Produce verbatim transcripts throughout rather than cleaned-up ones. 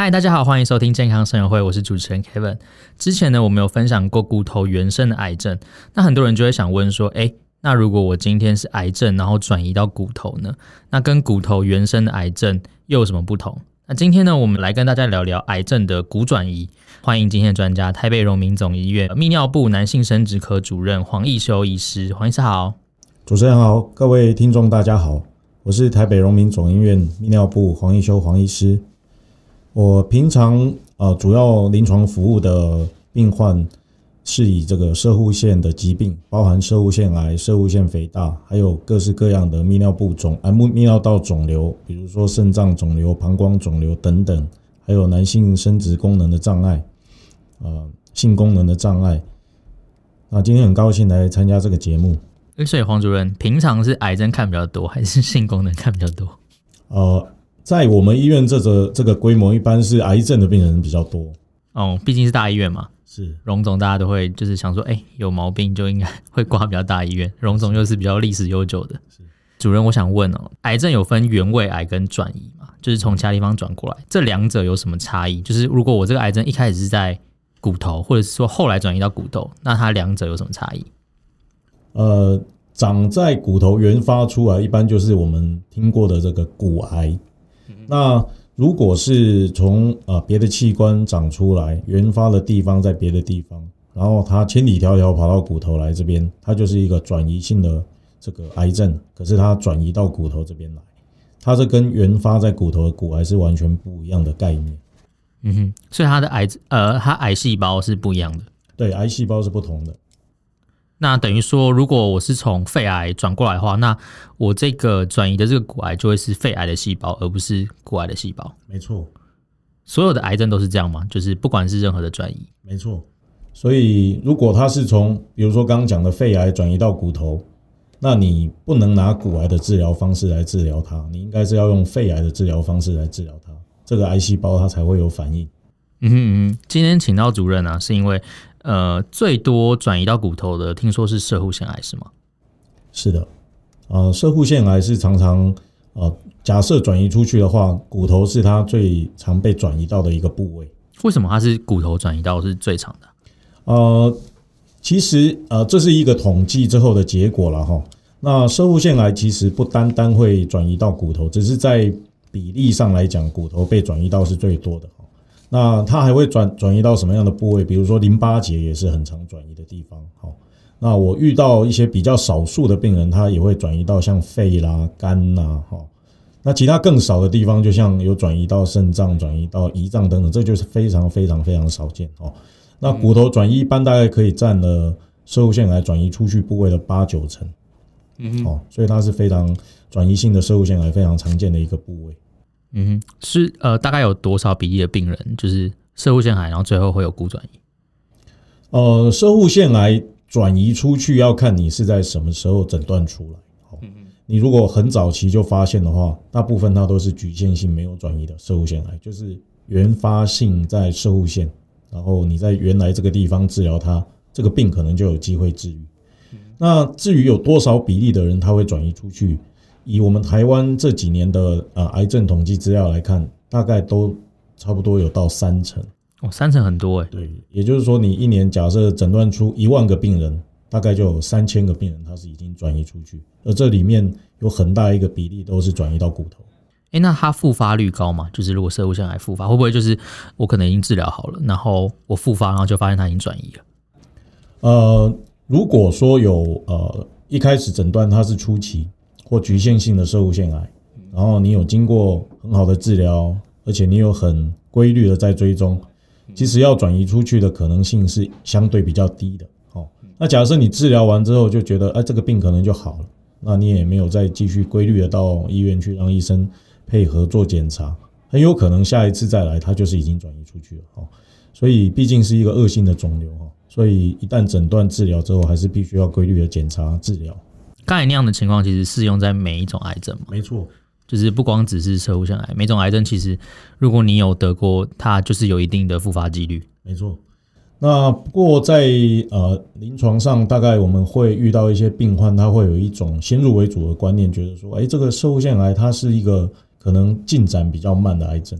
嗨，大家好，欢迎收听健康生活会，我是主持人 Kevin。之前呢，我们有分享过骨头原生的癌症，那很多人就会想问说，诶，那如果我今天是癌症，然后转移到骨头呢？那跟骨头原生的癌症又有什么不同？那今天呢，我们来跟大家聊聊癌症的骨转移。欢迎今天的专家，台北荣民总医院泌尿部男性生殖科主任黄义修医师。黄医师好。 主持人好，各位听众大家好，我是台北荣民总医院泌尿部黄义修黄医师。我平常呃主要临床服务的病患是以这个攝護腺的疾病，包含攝護腺癌、攝護腺肥大，还有各式各样的泌尿部肿啊泌尿道肿瘤，比如说肾脏肿瘤、膀胱肿瘤等等，还有男性生殖功能的障碍，呃性功能的障碍。那今天很高兴来参加这个节目。 所以黄主任，平常是癌症看比较多，还是性功能看比较多？ 呃，在我们医院这个这个规模，一般是癌症的病人比较多。 哦，毕竟是大医院嘛。 是荣总大家都会就是想说，哎、欸，有毛病就应该会挂比较大医院。荣总又是比较历史悠久的。主任，我想问哦，癌症有分原位癌跟转移嘛？就是从其他地方转过来，这两者有什么差异？就是如果我这个癌症一开始是在骨头，或者是说后来转移到骨头，那它两者有什么差异？ 呃，长在骨头原发出来，一般就是我们听过的这个骨癌。嗯、那如果是从呃别的器官长出来，原发的地方在别的地方，然后它千里迢迢跑到骨头来这边，它就是一个转移性的这个癌症。可是它转移到骨头这边来，它这跟原发在骨头的骨癌是完全不一样的概念。 嗯哼，所以它的癌呃，它癌细胞是不一样的。 对，癌细胞是不同的。 那等于说，如果我是从肺癌转过来的话，那我这个转移的这个骨癌就会是肺癌的细胞，而不是骨癌的细胞。 没错， 所有的癌症都是这样吗？就是不管是任何的转移。 没错。所以如果它是从比如说刚刚讲的肺癌转移到骨头，那你不能拿骨癌的治疗方式来治疗它，你应该是要用肺癌的治疗方式来治疗它，这个癌细胞它才会有反应。 嗯哼嗯哼，今天请到主任啊，是因为呃最多转移到骨头的，听说是攝護腺癌是吗？ 是的，呃，攝護腺癌是常常呃假设转移出去的话，骨头是它最常被转移到的一个部位。 为什么它是骨头转移到是最长的？ 呃，其实呃这是一个统计之后的结果啦齁。那攝護腺癌其实不单单会转移到骨头，只是在比例上来讲，骨头被转移到是最多的。那它还会转转移到什么样的部位？比如说淋巴结也是很常转移的地方。好，那我遇到一些比较少数的病人，他也会转移到像肺啦、肝啦，好，那其他更少的地方，就像有转移到肾脏、转移到胰脏等等，这就是非常非常非常少见。哦，那骨头转移一般大概可以占了攝護腺癌转移出去部位的八九成。嗯，哦，所以它是非常转移性的攝護腺癌非常常见的一个部位。 嗯哼，是呃，大概有多少比例的病人就是攝護腺癌，然后最后会有骨转移？ 呃，攝護腺癌转移出去要看你是在什么时候诊断出来。好，你如果很早期就发现的话，大部分它都是局限性没有转移的攝護腺癌，就是原发性在攝護腺，然后你在原来这个地方治疗它，这个病可能就有机会治愈。那至于有多少比例的人他会转移出去？以我们台湾这几年的呃癌症统计资料来看，大概都差不多有到三成。 哦，三成很多哎。 对，也就是说，你一年假设诊断出一万个病人，大概就有三千个病人他是已经转移出去，而这里面有很大一个比例都是转移到骨头。 哎，那它复发率高吗？就是如果攝護腺癌复发，会不会就是我可能已经治疗好了，然后我复发，然后就发现它已经转移了？ 呃，如果说有呃一开始诊断它是初期或局限性的攝護腺癌，然后你有经过很好的治疗，而且你有很规律的在追踪，其实要转移出去的可能性是相对比较低的。哦，那假设你治疗完之后就觉得，哎，这个病可能就好了，那你也没有再继续规律的到医院去让医生配合做检查，很有可能下一次再来，它就是已经转移出去了。哦，所以毕竟是一个恶性的肿瘤，所以一旦诊断治疗之后，还是必须要规律的检查治疗。 刚才那样的情况其实适用在每一种癌症嘛？ 没错， 就是不光只是攝護腺癌，每种癌症其实如果你有得过，它就是有一定的复发几率。 没错。那不过在呃临床上，大概我们会遇到一些病患，他会有一种先入为主的观念，觉得说，哎，这个攝護腺癌它是一个可能进展比较慢的癌症。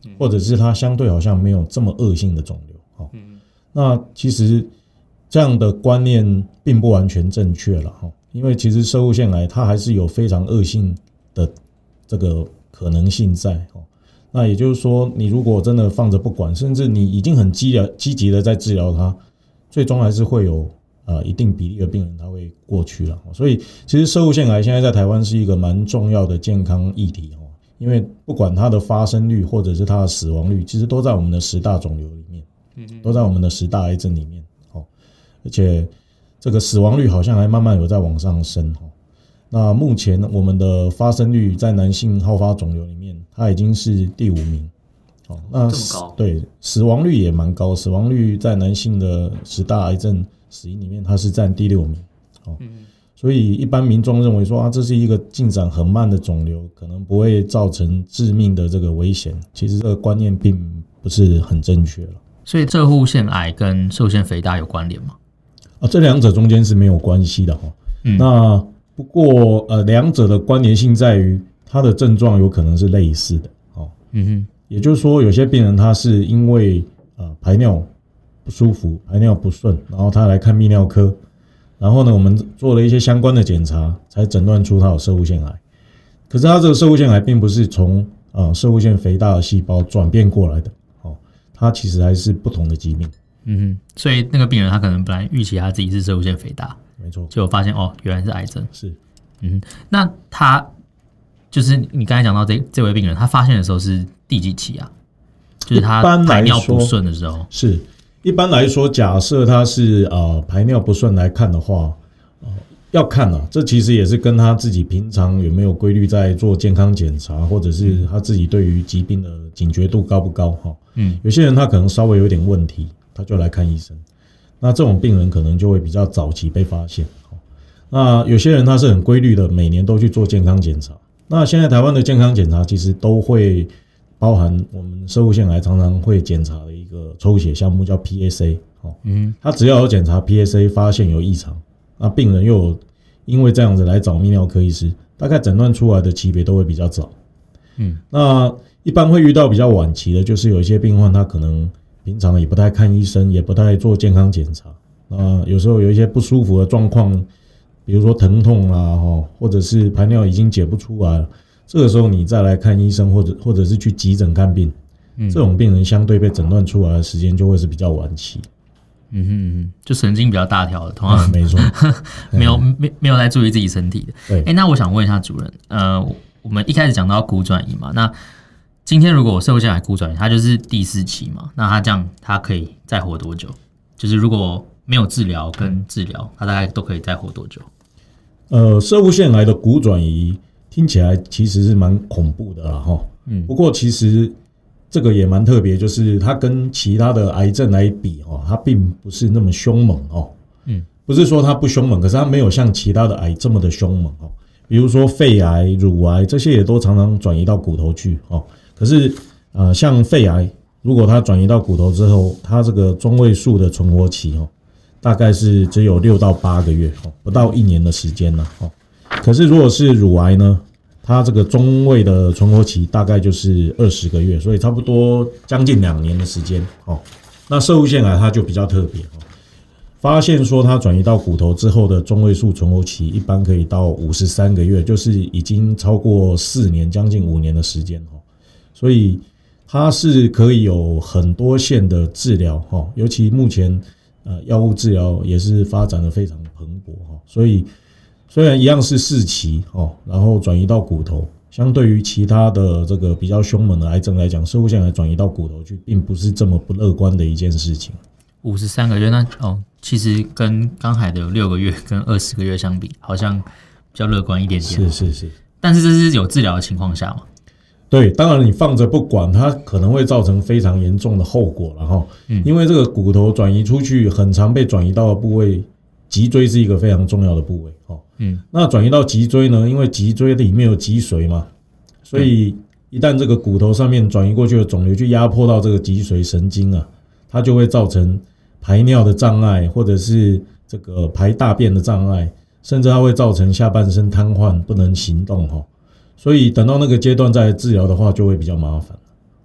或者是它相对好像没有这么恶性的肿瘤。哦，那其实这样的观念并不完全正确了，因为其实攝護腺癌它还是有非常恶性的这个可能性在。那也就是说，你如果真的放着不管，甚至你已经很积极的在治疗它，最终还是会有呃一定比例的病人他会过去了。所以其实攝護腺癌现在在台湾是一个蛮重要的健康议题，因为不管它的发生率或者是它的死亡率，其实都在我们的十大肿瘤里面，都在我们的十大癌症里面。而且这个死亡率好像还慢慢有在往上升。那目前我们的发生率在男性好发肿瘤里面，它已经是第五名。那这么高？ 对，死亡率也蛮高，死亡率在男性的十大癌症死因里面，它是占第六名。所以一般民众认为说啊，这是一个进展很慢的肿瘤，可能不会造成致命的这个危险。其实这个观念并不是很正确了。 所以攝護腺癌跟攝護腺肥大有关联吗？ 啊，这两者中间是没有关系的哈。嗯，那不过呃，两者的关联性在于它的症状有可能是类似的。哦，嗯哼，也就是说，有些病人他是因为呃排尿不舒服、排尿不顺，然后他来看泌尿科，然后呢，我们做了一些相关的检查，才诊断出他有攝護腺癌。可是他这个攝護腺癌并不是从啊攝護腺肥大的细胞转变过来的，哦，它其实还是不同的疾病。 嗯哼，所以那个病人他可能本来预期他自己是攝護腺肥大， 没错， 结果发现哦，原来是癌症。 是， 嗯哼，那他就是你刚才讲到这这位病人，他发现的时候是第几期啊？就是他排尿不顺的时候。 是，一般来说，假设他是呃排尿不顺来看的话，呃、要看啊，这其实也是跟他自己平常有没有规律在做健康检查，或者是他自己对于疾病的警觉度高不高哈。嗯，有些人他可能稍微有点问题，他就来看医生，那这种病人可能就会比较早期被发现。那有些人他是很规律的，每年都去做健康检查。那现在台湾的健康检查其实都会包含我们攝護腺癌常常会检查的一个抽血项目叫 P S A。嗯，他只要有检查 P S A 发现有异常，那病人又有因为这样子来找泌尿科医师，大概诊断出来的级别都会比较早。嗯，那一般会遇到比较晚期的，就是有一些病患他可能平常也不太看医生，也不太做健康检查。那有时候有一些不舒服的状况，比如说疼痛啊，或者是排尿已经解不出来了，这个时候你再来看医生，或者或者是去急诊看病，嗯，这种病人相对被诊断出来的时间就会是比较晚期。 嗯哼嗯哼，就神经比较大条的，同样、 嗯、没错， 没有没没有在注意自己身体的。 对， 哎，那我想问一下主任，呃，我们一开始讲到骨转移嘛，那今天如果我攝護腺癌骨转移，它就是第四期嘛，那它这样它可以再活多久？就是如果没有治疗跟治疗，它大概都可以再活多久？ 呃，攝護腺癌的骨转移听起来其实是蛮恐怖的啦，齁。嗯，不过其实这个也蛮特别，就是它跟其他的癌症来比，哦，它并不是那么凶猛哦。嗯，不是说它不凶猛，可是它没有像其他的癌这么的凶猛哦。比如说肺癌、乳癌这些也都常常转移到骨头去哦。可是呃，像肺癌，如果它转移到骨头之后，它这个中位数的存活期哦，大概是只有六到八个月哦，不到一年的时间了哦。可是如果是乳癌呢，它这个中位的存活期大概就是二十个月，所以差不多将近两年的时间哦。那攝護腺癌它就比较特别哦，发现说它转移到骨头之后的中位数存活期一般可以到五十三个月，就是已经超过四年，将近五年的时间哦。所以它是可以有很多线的治疗哈，尤其目前呃药物治疗也是发展的非常蓬勃哈，所以虽然一样是四期哦，然后转移到骨头，相对于其他的这个比较凶猛的癌症来讲，攝護腺癌转移到骨头去，并不是这么不乐观的一件事情。 五十三个月，那哦，其实跟刚才的六个月跟二十个月相比，好像比较乐观一点点。 是是是， 但是这是有治疗的情况下嘛？ 对，当然你放着不管，它可能会造成非常严重的后果了哈。嗯，因为这个骨头转移出去，很常被转移到的部位，脊椎是一个非常重要的部位哈。嗯，那转移到脊椎呢，因为脊椎里面有脊髓嘛，所以一旦这个骨头上面转移过去的肿瘤去压迫到这个脊髓神经啊，它就会造成排尿的障碍，或者是这个排大便的障碍，甚至它会造成下半身瘫痪，不能行动哈。所以等到那个阶段再来治疗的话，就会比较麻烦。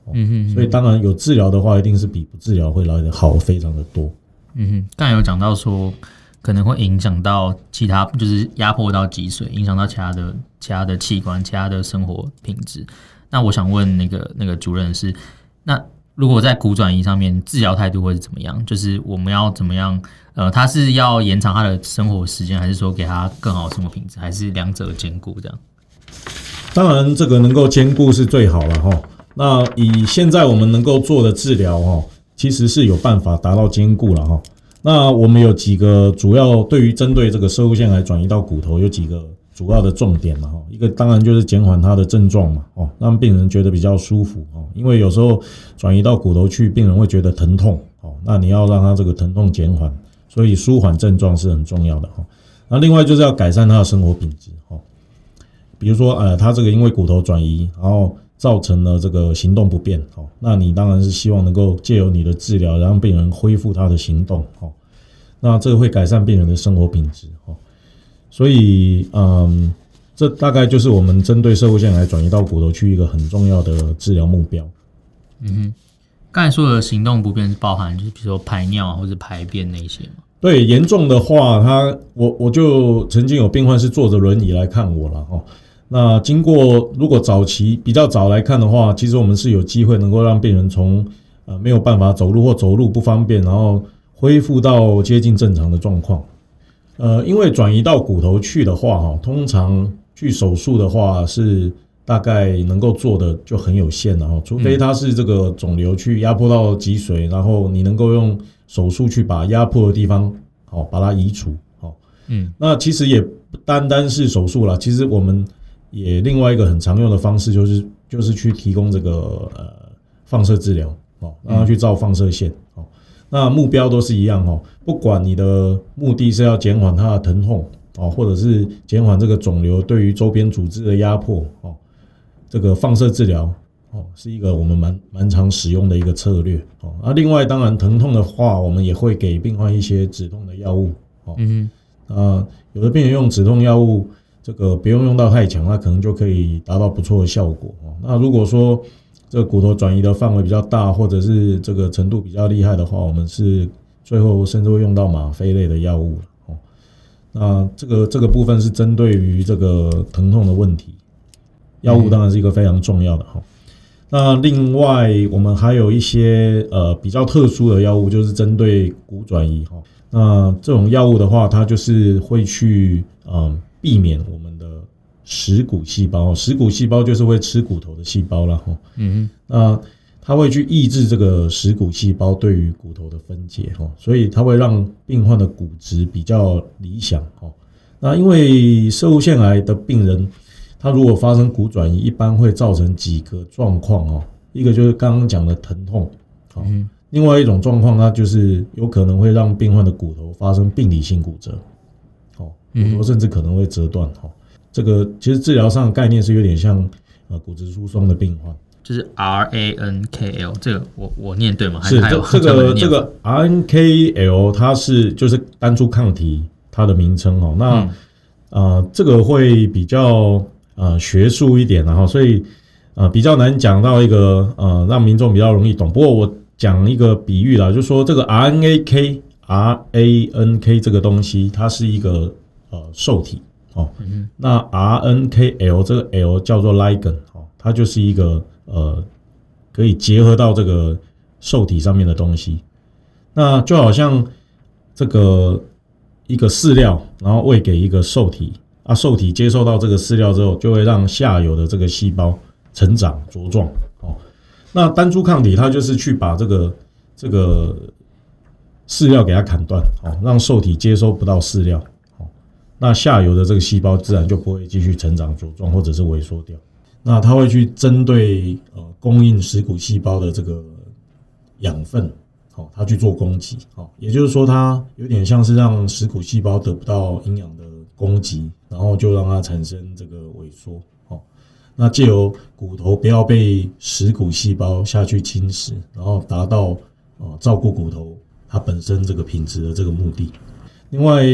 嗯哼， 所以当然有治疗的话，一定是比不治疗会来得好非常的多。 嗯哼，刚才有讲到说可能会影响到其他，就是压迫到脊髓，影响到其他的其他的器官、其他的生活品质。那我想问那个那个主任是，那如果在骨转移上面治疗态度会是怎么样？就是我们要怎么样？呃，他是要延长他的生活时间，还是说给他更好的生活品质，还是两者兼顾这样？ 当然，这个能够兼顾是最好了哈。那以现在我们能够做的治疗哈，其实是有办法达到兼顾了哈。那我们有几个主要对于针对这个攝護腺癌转移到骨头有几个主要的重点嘛哈。一个当然就是减缓它的症状嘛哦，让病人觉得比较舒服哦。因为有时候转移到骨头去，病人会觉得疼痛哦，那你要让他这个疼痛减缓，所以舒缓症状是很重要的哈。那另外就是要改善他的生活品质哦。比如说，呃，他这个因为骨头转移，然后造成了这个行动不便，哦，那你当然是希望能够借由你的治疗，让病人恢复他的行动，哦，那这个会改善病人的生活品质，哦，所以，嗯，这大概就是我们针对攝護腺癌转移到骨头去一个很重要的治疗目标。 嗯哼，刚才说的行动不便是包含就是比如说排尿或者排便那些吗？ 对，严重的话，他我我就曾经有病患是坐着轮椅来看我了，哦。那经过如果早期比较早来看的话，其实我们是有机会能够让病人从呃没有办法走路或走路不方便，然后恢复到接近正常的状况。呃，因为转移到骨头去的话，哈，通常去手术的话是大概能够做的就很有限了哈，除非它是这个肿瘤去压迫到脊髓，然后你能够用手术去把压迫的地方好把它移除，好，嗯，那其实也不单单是手术啦，其实我们也另外一个很常用的方式就是就是去提供这个呃放射治疗，哦，让他去照放射线，哦，那目标都是一样哦，不管你的目的是要减缓它的疼痛，哦，或者是减缓这个肿瘤对于周边组织的压迫，哦，这个放射治疗，哦，是一个我们蛮蛮常使用的一个策略，哦，那另外当然疼痛的话，我们也会给病患一些止痛的药物，哦，嗯哼，呃，有的病人用止痛药物。这个不用用到太强，它可能就可以达到不错的效果。那如果说这个骨头转移的范围比较大，或者是这个程度比较厉害的话，我们是最后甚至会用到吗啡类的药物。那这个这个部分是针对于这个疼痛的问题，药物当然是一个非常重要的。那另外我们还有一些呃比较特殊的药物，就是针对骨转移。那这种药物的话，它就是会去嗯。避免我们的食骨细胞，食骨细胞就是会吃骨头的细胞啦，嗯，那它会去抑制这个食骨细胞对于骨头的分解，所以它会让病患的骨质比较理想。那因为攝護腺癌的病人，他如果发生骨转移，一般会造成几个状况，一个就是刚刚讲的疼痛，嗯，另外一种状况，它就是有可能会让病患的骨头发生病理性骨折。骨头甚至可能会折断，这个其实治疗上的概念是有点像呃骨质疏松的病患， 就是 R A N K L 这个我我念对吗？ 是这个这个 R N K L 它是就是单株抗体它的名称哦。那、嗯、呃这个会比较呃学术一点，然后所以呃比较难讲到一个呃让民众比较容易懂。不过我讲一个比喻啦，就是说这个 R N A K R A N K 这个东西，它是一个呃，受体哦，嗯、那 R N K L 这个 L 叫做 ligand 哦，它就是一个呃可以结合到这个受体上面的东西。那就好像这个一个饲料，然后喂给一个受体，啊，受体接受到这个饲料之后，就会让下游的这个细胞成长茁壮哦。那单株抗体它就是去把这个这个饲料给它砍断哦，让受体接收不到饲料。那下游的这个细胞自然就不会继续成长茁壮，或者是萎缩掉。那它会去针对呃供应食骨细胞的这个养分，好，它去做供给，好，也就是说它有点像是让食骨细胞得不到营养的供给，然后就让它产生这个萎缩，好，那借由骨头不要被食骨细胞下去侵蚀，然后达到呃照顾骨头它本身这个品质的这个目的。另外，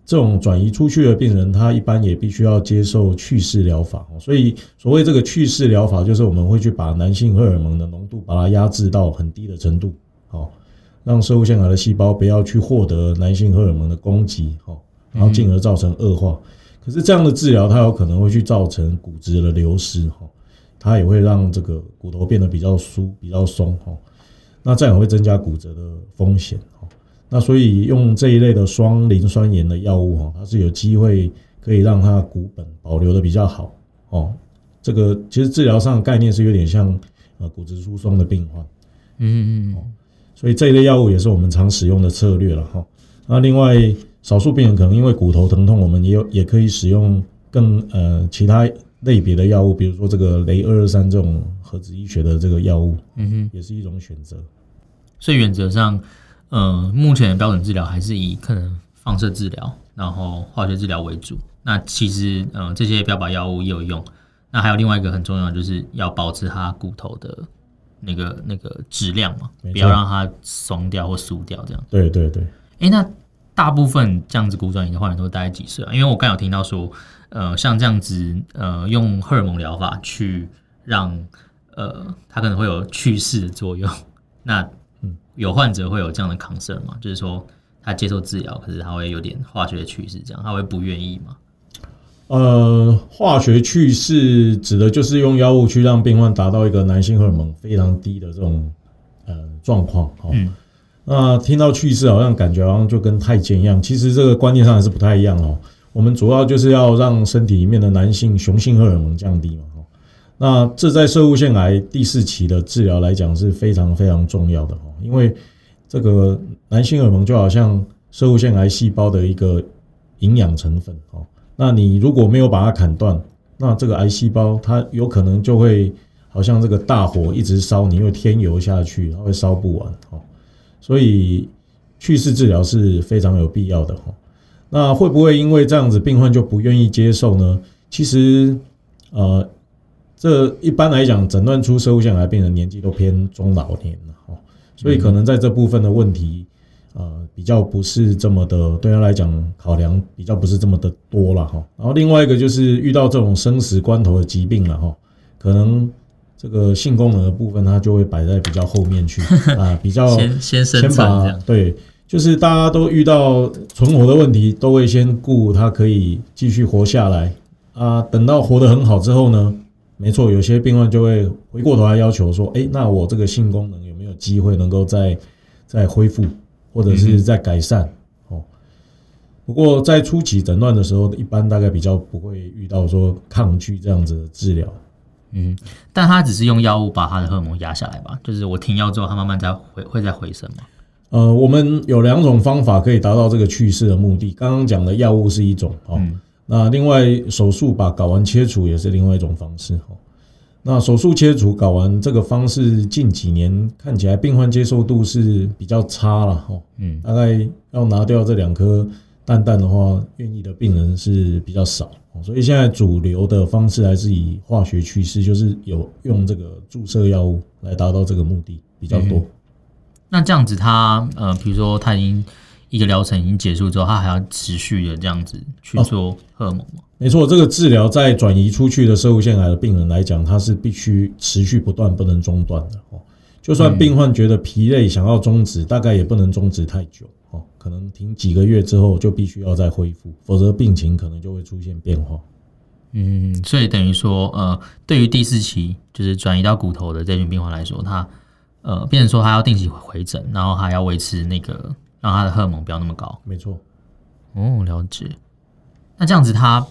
这种转移出去的病人，他一般也必须要接受去势疗法，所以所谓这个去势疗法，就是我们会去把男性荷尔蒙的浓度把它压制到很低的程度，让攝護腺癌的细胞不要去获得男性荷尔蒙的供给，然后进而造成恶化。可是这样的治疗，它有可能会去造成骨质的流失，它也会让这个骨头变得比较疏、比较松，那这样也会增加骨折的风险。那所以用这一类的双磷酸盐的药物，它是有机会可以让它骨本保留的比较好。这个其实治疗上的概念是有点像骨质疏松的病患。嗯嗯嗯。所以这一类药物也是我们常使用的策略了。那另外少数病人可能因为骨头疼痛，我们也有也可以使用更呃其他类别的药物，比如说这个雷二二三这种核子医学的这个药物，嗯哼，也是一种选择。 所以原则上，呃，目前的标准治疗还是以可能放射治疗，然后化学治疗为主。那其实呃这些标靶药物也有用。那还有另外一个很重要的，就是要保持它骨头的那个那个质量嘛，不要让它松掉或酥掉这样。 对对对。 哎，那大部分这样子骨转移的患者都大概几岁啊？因为我刚有听到说，呃，像这样子，呃，用荷尔蒙疗法去让呃它可能会有去势的作用。那有患者会有这样的 concern 吗？就是说他接受治疗，可是他会有点化学去势，这样他会不愿意吗？ 呃，化学去势指的就是用药物去让病患达到一个男性荷尔蒙非常低的这种呃状况。嗯，那听到去势好像感觉好像就跟太监一样，其实这个观念上还是不太一样哦。我们主要就是要让身体里面的男性雄性荷尔蒙降低嘛。那这在攝護腺癌第四期的治疗来讲是非常非常重要的，因为这个男性荷尔蒙就好像攝護腺癌细胞的一个营养成分。那你如果没有把它砍断，那这个癌细胞它有可能就会好像这个大火一直烧，你会添油下去，它会烧不完。所以去势治疗是非常有必要的。那会不会因为这样子病患就不愿意接受呢？其实呃这一般来讲诊断出攝護腺癌病人年纪都偏中老年了，所以可能在这部分的问题呃，比较不是这么的，对他来讲考量比较不是这么的多了哈。然后另外一个就是遇到这种生死关头的疾病了哈，可能这个性功能的部分它就会摆在比较后面去啊，比较先先生存这样。 对，就是大家都遇到存活的问题，都会先顾他可以继续活下来啊。等到活得很好之后呢，没错，有些病患就会回过头来要求说，哎，那我这个性功能有没有机会能够再再恢复？或者是在改善。哦，不过在初期诊断的时候，一般大概比较不会遇到说抗拒这样子的治疗。 嗯，但他只是用药物把他的荷尔蒙压下来吧？就是我停药之后，他慢慢再回会再回升吗？ 呃，我们有两种方法可以达到这个去势的目的。刚刚讲的药物是一种，哦，嗯，那另外手术把睾丸切除也是另外一种方式。哦，那手术切除睾丸这个方式近几年看起来病患接受度是比较差了，嗯，大概要拿掉这两颗蛋蛋的话，愿意的病人是比较少，所以现在主流的方式还是以化学去势，就是有用这个注射药物来达到这个目的比较多。嗯， 那这样子他呃，比如说他已经一个疗程已经结束之后，他还要持续的这样子去做荷尔蒙吗？ 没错，这个治疗在转移出去的攝護腺癌的病人来讲，它是必须持续不断，不能中断的。就算病患觉得疲累想要终止，大概也不能终止太久，可能停几个月之后就必须要再恢复，否则病情可能就会出现变化。 嗯，所以等于说，呃，对于第四期就是转移到骨头的这群病患来说，他呃，变成说他要定期回诊，然后还要维持那个让他的荷尔蒙不要那么高。 没错。 哦，了解。那这样子他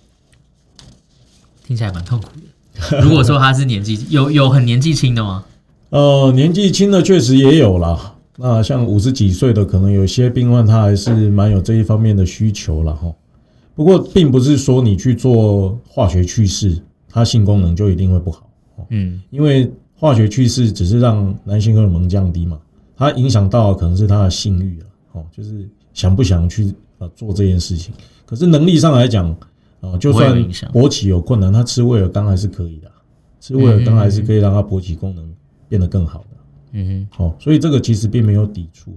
听起来蛮痛苦的。如果说他是年纪有有很年纪轻的吗？ 呃，年纪轻的确实也有啦。那像五十几岁的，可能有些病患他还是蛮有这一方面的需求啦。不过，并不是说你去做化学去势，他性功能就一定会不好。嗯，因为化学去势只是让男性荷尔蒙降低嘛，它影响到的可能是他的性欲了。哦，就是想不想去做这件事情。可是能力上来讲，呃，就算勃起有困难，他吃威尔刚还是可以的，吃威尔刚还是可以让他勃起功能变得更好的。嗯哼，好，所以这个其实并没有抵触了。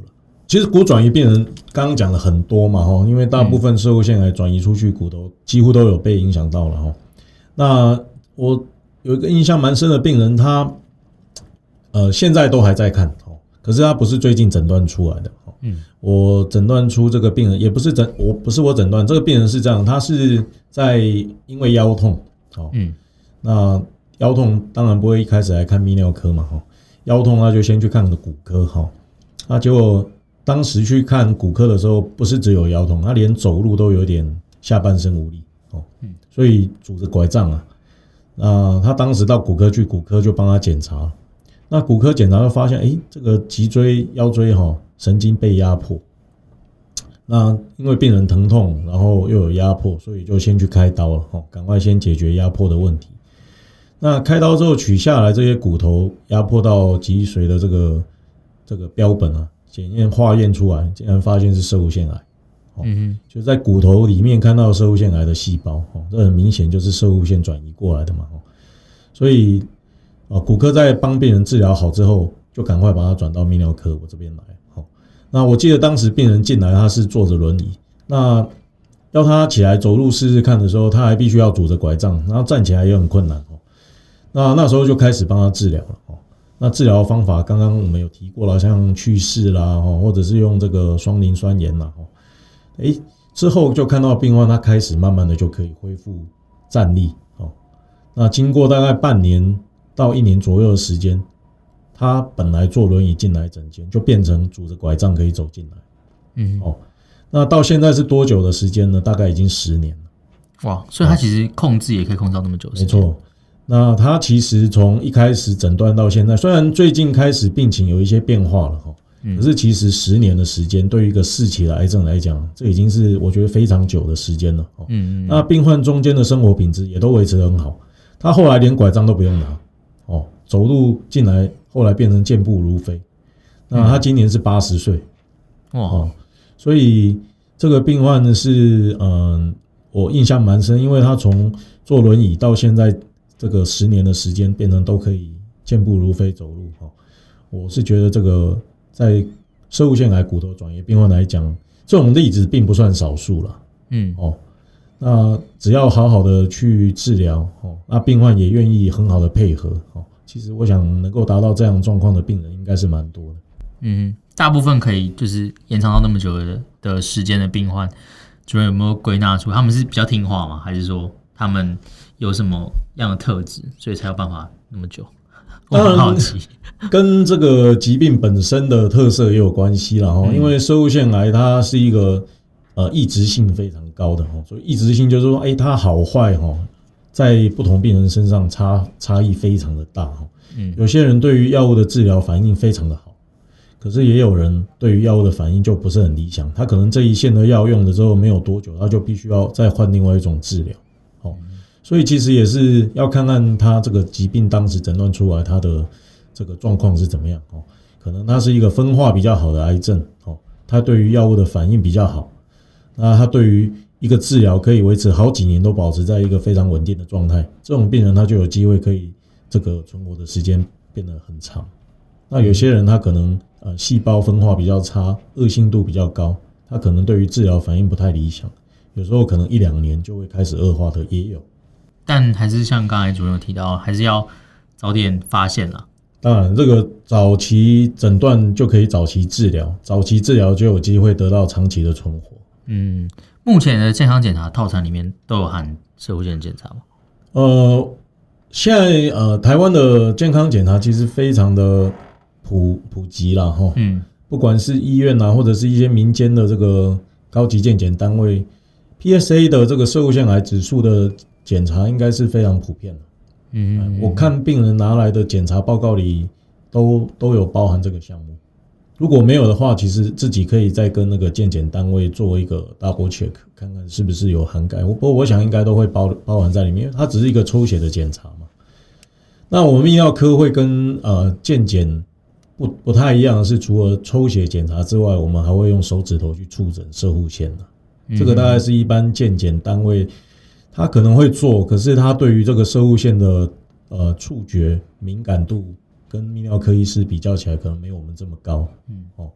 其实骨转移病人刚刚讲了很多嘛，哈，因为大部分攝護腺癌转移出去骨头几乎都有被影响到了哈。那我有一个印象蛮深的病人，他呃现在都还在看，可是他不是最近诊断出来的。嗯，我诊断出这个病人也不是诊，我不是我诊断这个病人是这样，他是在因为腰痛，好，嗯，那腰痛当然不会一开始来看泌尿科嘛，哈，腰痛他就先去看个骨科，哈，那结果当时去看骨科的时候，不是只有腰痛，他连走路都有点下半身无力，哦，嗯，所以拄着拐杖啊，那他当时到骨科去，骨科就帮他检查了，那骨科检查就发现，哎，这个脊椎、腰椎哈。神经被压迫，那因为病人疼痛，然后又有压迫，所以就先去开刀了，赶快先解决压迫的问题。那开刀之后取下来这些骨头压迫到脊髓的这个这个标本啊，检验化验出来，竟然发现是攝護腺癌。嗯，就在骨头里面看到攝護腺癌的细胞，这很明显就是攝護腺转移过来的嘛。所以啊，骨科在帮病人治疗好之后，就赶快把他转到泌尿科我这边来。那我记得当时病人进来，他是坐着轮椅，那要他起来走路试试看的时候，他还必须要拄着拐杖，然后站起来也很困难。那那时候就开始帮他治疗了。那治疗方法刚刚我们有提过了，像去势啦，或者是用这个双磷酸盐啦。诶，之后就看到病患他开始慢慢的就可以恢复站立。那经过大概半年到一年左右的时间，他本来坐轮椅进来诊间，就变成拄着拐杖可以走进来。嗯，哦，那到现在是多久的时间呢？大概已经十年了。 哇，所以他其实控制也可以控制到那么久的时间。 没错，那他其实从一开始诊断到现在，虽然最近开始病情有一些变化了，可是其实十年的时间对于一个四期的癌症来讲，这已经是我觉得非常久的时间了。嗯嗯，那病患中间的生活品质也都维持得很好，他后来连拐杖都不用拿，哦，走路进来。后来变成健步如飞，那他今年是八十岁，哦，所以这个病患是嗯，我印象蛮深，因为他从坐轮椅到现在这个十年的时间，变成都可以健步如飞走路，哈，我是觉得这个在攝護腺癌骨头转移病患来讲，这种例子并不算少数了，嗯，哦，那只要好好的去治疗，哦，那病患也愿意很好的配合，哦。其实我想能够达到这样状况的病人应该是蛮多的。 嗯，大部分可以就是延长到那么久 的, 的时间的病患，主任有没有归纳出他们是比较听话吗？还是说他们有什么样的特质，所以才有办法那么久？我很好奇， 跟这个疾病本身的特色也有关系啦。嗯，因为攝護腺癌它是一个呃异质性非常高的，所以异质性就是说，哎，它好坏哈。在不同病人身上差差异非常的大，嗯，有些人对于药物的治疗反应非常的好，可是也有人对于药物的反应就不是很理想，他可能这一线的药用了之后没有多久，他就必须要再换另外一种治疗，哦，所以其实也是要看看他这个疾病当时诊断出来他的这个状况是怎么样，哦，可能他是一个分化比较好的癌症，哦，他对于药物的反应比较好，那他对于一个治疗可以维持好几年都保持在一个非常稳定的状态，这种病人他就有机会可以这个存活的时间变得很长。那有些人他可能呃细胞分化比较差，恶性度比较高，他可能对于治疗反应不太理想，有时候可能一两年就会开始恶化的也有。 但还是像刚才主任有提到，还是要早点发现啦。 当然，这个早期诊断就可以早期治疗，早期治疗就有机会得到长期的存活。 嗯，目前的健康检查套餐里面都有含攝護腺检查吗？ 呃，现在呃，台湾的健康检查其实非常的普普及啦，齁，嗯，不管是医院啊，或者是一些民间的这个高级健检单位 ，P S A 的这个攝護腺癌指数的检查应该是非常普遍的。嗯, 嗯, 嗯，我看病人拿来的检查报告里都都有包含这个项目。如果没有的话，其实自己可以再跟那个健检单位做一个 double check， 看看是不是有涵盖。不过我想应该都会包包含在里面，因为它只是一个抽血的检查嘛。那我们泌尿科会跟呃健检不不太一样的是，除了抽血检查之外，我们还会用手指头去触诊攝護腺的。这个大概是一般健检单位他可能会做，可是他对于这个攝護腺的呃触觉敏感度跟泌尿科医师比较起来，可能没有我们这么高。嗯，哦，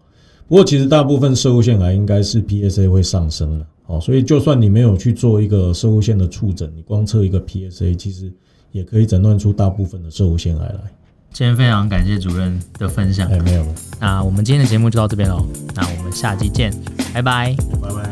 不过其实大部分攝護腺癌应该是 P S A 会上升的，哦，所以就算你没有去做一个攝護腺的触诊，你光测一个 P S A， 其实也可以诊断出大部分的攝護腺癌来。 今天非常感谢主任的分享。 哎，没有了。 那我们今天的节目就到这边喽，那我们下期见，拜拜， 拜拜。